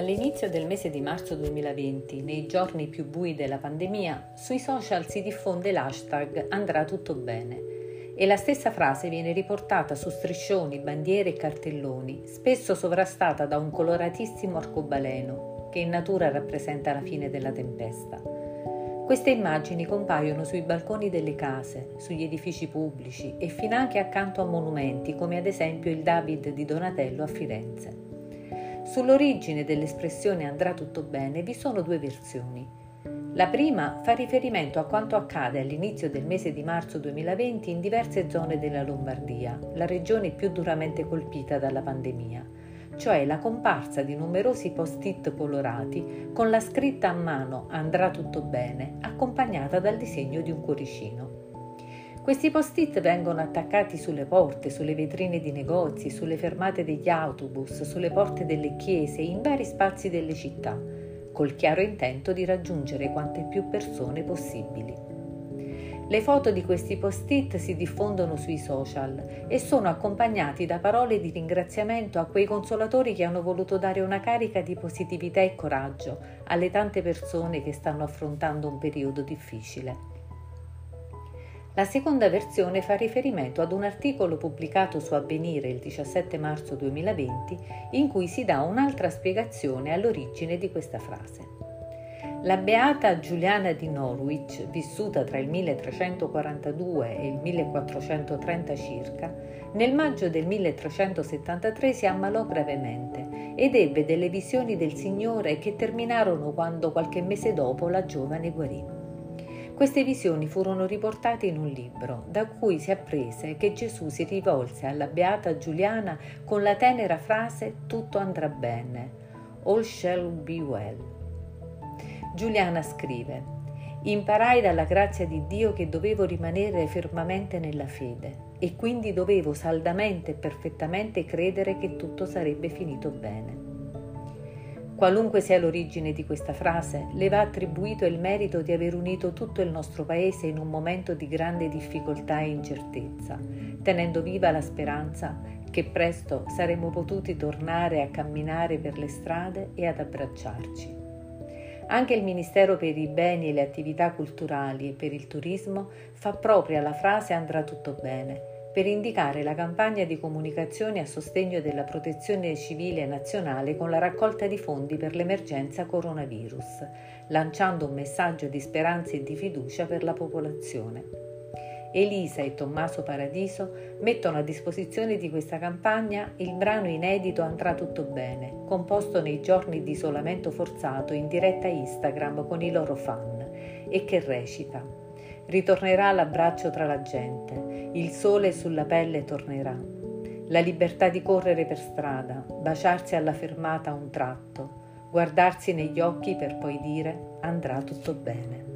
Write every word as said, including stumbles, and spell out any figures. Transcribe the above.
All'inizio del mese di marzo duemilaventi, nei giorni più bui della pandemia, sui social si diffonde l'hashtag "Andrà tutto bene" e la stessa frase viene riportata su striscioni, bandiere e cartelloni, spesso sovrastata da un coloratissimo arcobaleno che in natura rappresenta la fine della tempesta. Queste immagini compaiono sui balconi delle case, sugli edifici pubblici e finanche accanto a monumenti come ad esempio il David di Donatello a Firenze. Sull'origine dell'espressione "andrà tutto bene" vi sono due versioni. La prima fa riferimento a quanto accade all'inizio del mese di marzo duemilaventi in diverse zone della Lombardia, la regione più duramente colpita dalla pandemia, cioè la comparsa di numerosi post-it colorati con la scritta a mano "andrà tutto bene" accompagnata dal disegno di un cuoricino. Questi post-it vengono attaccati sulle porte, sulle vetrine di negozi, sulle fermate degli autobus, sulle porte delle chiese e in vari spazi delle città, col chiaro intento di raggiungere quante più persone possibili. Le foto di questi post-it si diffondono sui social e sono accompagnati da parole di ringraziamento a quei consolatori che hanno voluto dare una carica di positività e coraggio alle tante persone che stanno affrontando un periodo difficile. La seconda versione fa riferimento ad un articolo pubblicato su Avvenire il diciassette marzo duemilaventi in cui si dà un'altra spiegazione all'origine di questa frase. La beata Giuliana di Norwich, vissuta tra il milletrecentoquarantadue e il millequattrocentotrenta circa, nel maggio del milletrecentosettantatré si ammalò gravemente ed ebbe delle visioni del Signore che terminarono quando qualche mese dopo la giovane guarì. Queste visioni furono riportate in un libro, da cui si apprese che Gesù si rivolse alla beata Giuliana con la tenera frase "tutto andrà bene", "all shall be well". Giuliana scrive: "Imparai dalla grazia di Dio che dovevo rimanere fermamente nella fede e quindi dovevo saldamente e perfettamente credere che tutto sarebbe finito bene". Qualunque sia l'origine di questa frase, le va attribuito il merito di aver unito tutto il nostro paese in un momento di grande difficoltà e incertezza, tenendo viva la speranza che presto saremmo potuti tornare a camminare per le strade e ad abbracciarci. Anche il Ministero per i Beni e le Attività Culturali e per il Turismo fa propria la frase "andrà tutto bene", per indicare la campagna di comunicazione a sostegno della Protezione Civile Nazionale con la raccolta di fondi per l'emergenza coronavirus, lanciando un messaggio di speranza e di fiducia per la popolazione. Elisa e Tommaso Paradiso mettono a disposizione di questa campagna il brano inedito "Andrà tutto bene", composto nei giorni di isolamento forzato in diretta Instagram con i loro fan, e che recita: "Ritornerà l'abbraccio tra la gente, il sole sulla pelle tornerà, la libertà di correre per strada, baciarsi alla fermata a un tratto, guardarsi negli occhi per poi dire andrà tutto bene".